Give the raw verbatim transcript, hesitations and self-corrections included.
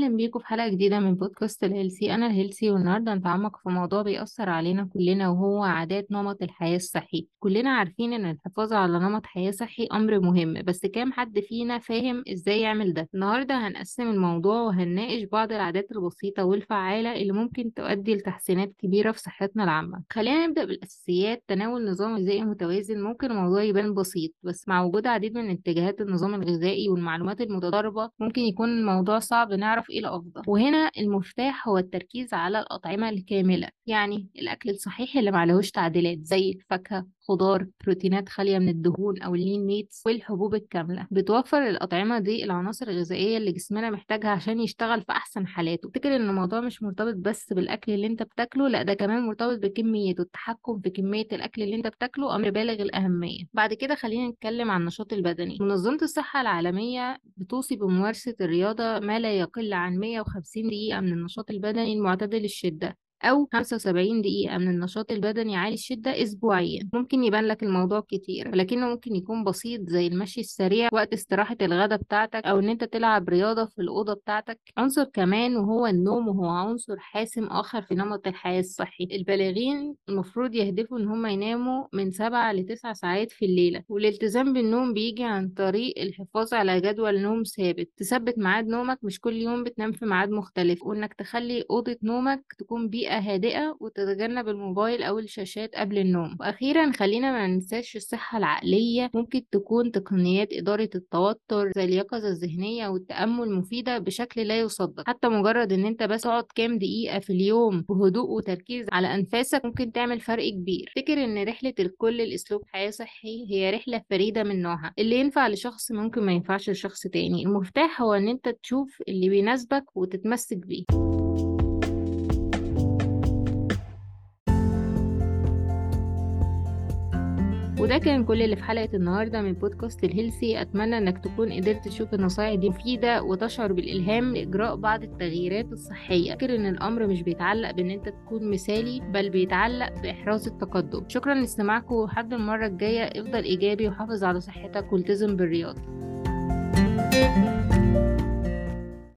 أهلا بيكم في حلقة جديدة من بودكاست الهيلسي. أنا الهيلسي، والنهاردة هنتعمق في موضوع بيأثر علينا كلنا، وهو عادات نمط الحياة الصحي. كلنا عارفين إن الحفاظ على نمط حياة صحي أمر مهم، بس كام حد فينا فاهم إزاي يعمل ده؟ النهاردة هنقسم الموضوع وهنناقش بعض العادات البسيطة والفعالة اللي ممكن تؤدي لتحسينات كبيرة في صحتنا العامة. خلينا نبدأ بالأساسيات. تناول نظام غذائي متوازن. ممكن الموضوع يبان بسيط، بس مع وجود عديد من اتجاهات النظام الغذائي والمعلومات المتضاربة ممكن يكون الموضوع صعب نعرف ايه الافضل. وهنا المفتاح هو التركيز على الاطعمه الكامله، يعني الاكل الصحيح اللي معلهوش تعديلات، زي الفاكهه، خضار، بروتينات خاليه من الدهون او اللين ميتس، والحبوب الكامله. بتوفر الاطعمه دي العناصر الغذائيه اللي جسمنا محتاجها عشان يشتغل في احسن حالاته. فكر ان الموضوع مش مرتبط بس بالاكل اللي انت بتاكله، لا ده كمان مرتبط بكميته. التحكم في كميه الاكل اللي انت بتاكله امر بالغ الاهميه. بعد كده خلينا نتكلم عن النشاط البدني. منظمه الصحه العالميه بتوصي بممارسه الرياضه ما لا يقل عن مية وخمسين دقيقة من النشاط البدني المعتدل الشدة، أو خمسة وسبعين دقيقة من النشاط البدني عالي الشدة أسبوعيا. ممكن يبان لك الموضوع كتير، ولكنه ممكن يكون بسيط، زي المشي السريع وقت استراحة الغداء بتاعتك، أو إن أنت تلعب رياضة في الأوضة بتاعتك. عنصر كمان وهو النوم، وهو عنصر حاسم آخر في نمط الحياة الصحي. البالغين المفروض يهدفوا إن هم يناموا من سبعة لتسع ساعات في الليلة، والالتزام بالنوم بيجي عن طريق الحفاظ على جدول نوم ثابت. تثبت ميعاد نومك، مش كل يوم بتنام في ميعاد مختلف، وإنك تخلي أوضة نومك تكون بيئة هادئة، وتتجنب الموبايل أو الشاشات قبل النوم. وأخيرا خلينا ما ننساش الصحة العقلية. ممكن تكون تقنيات إدارة التوتر زي اليقظة الذهنية والتأمل مفيدة بشكل لا يصدق. حتى مجرد إن أنت بس تقعد كام دقيقة في اليوم بهدوء وتركيز على أنفاسك ممكن تعمل فرق كبير. فكر إن رحلة الكل لأسلوب حياة صحي هي رحلة فريدة من نوعها. اللي ينفع لشخص ممكن ما ينفعش لشخص تاني. المفتاح هو إن أنت تشوف اللي بيناسبك وتتمسك بيه. وده كان كل اللي في حلقة النهاردة من بودكاست الهيلسي. أتمنى إنك تكون قدرت تشوف النصائح دي مفيدة وتشعر بالإلهام لإجراء بعض التغييرات الصحية. فكر إن الأمر مش بيتعلق بإن أنت تكون مثالي، بل بيتعلق بإحراز التقدم. شكرا لاستماعكم، وحد المرة الجاية افضل إيجابي وحافظ على صحتك والتزم بالرياضة.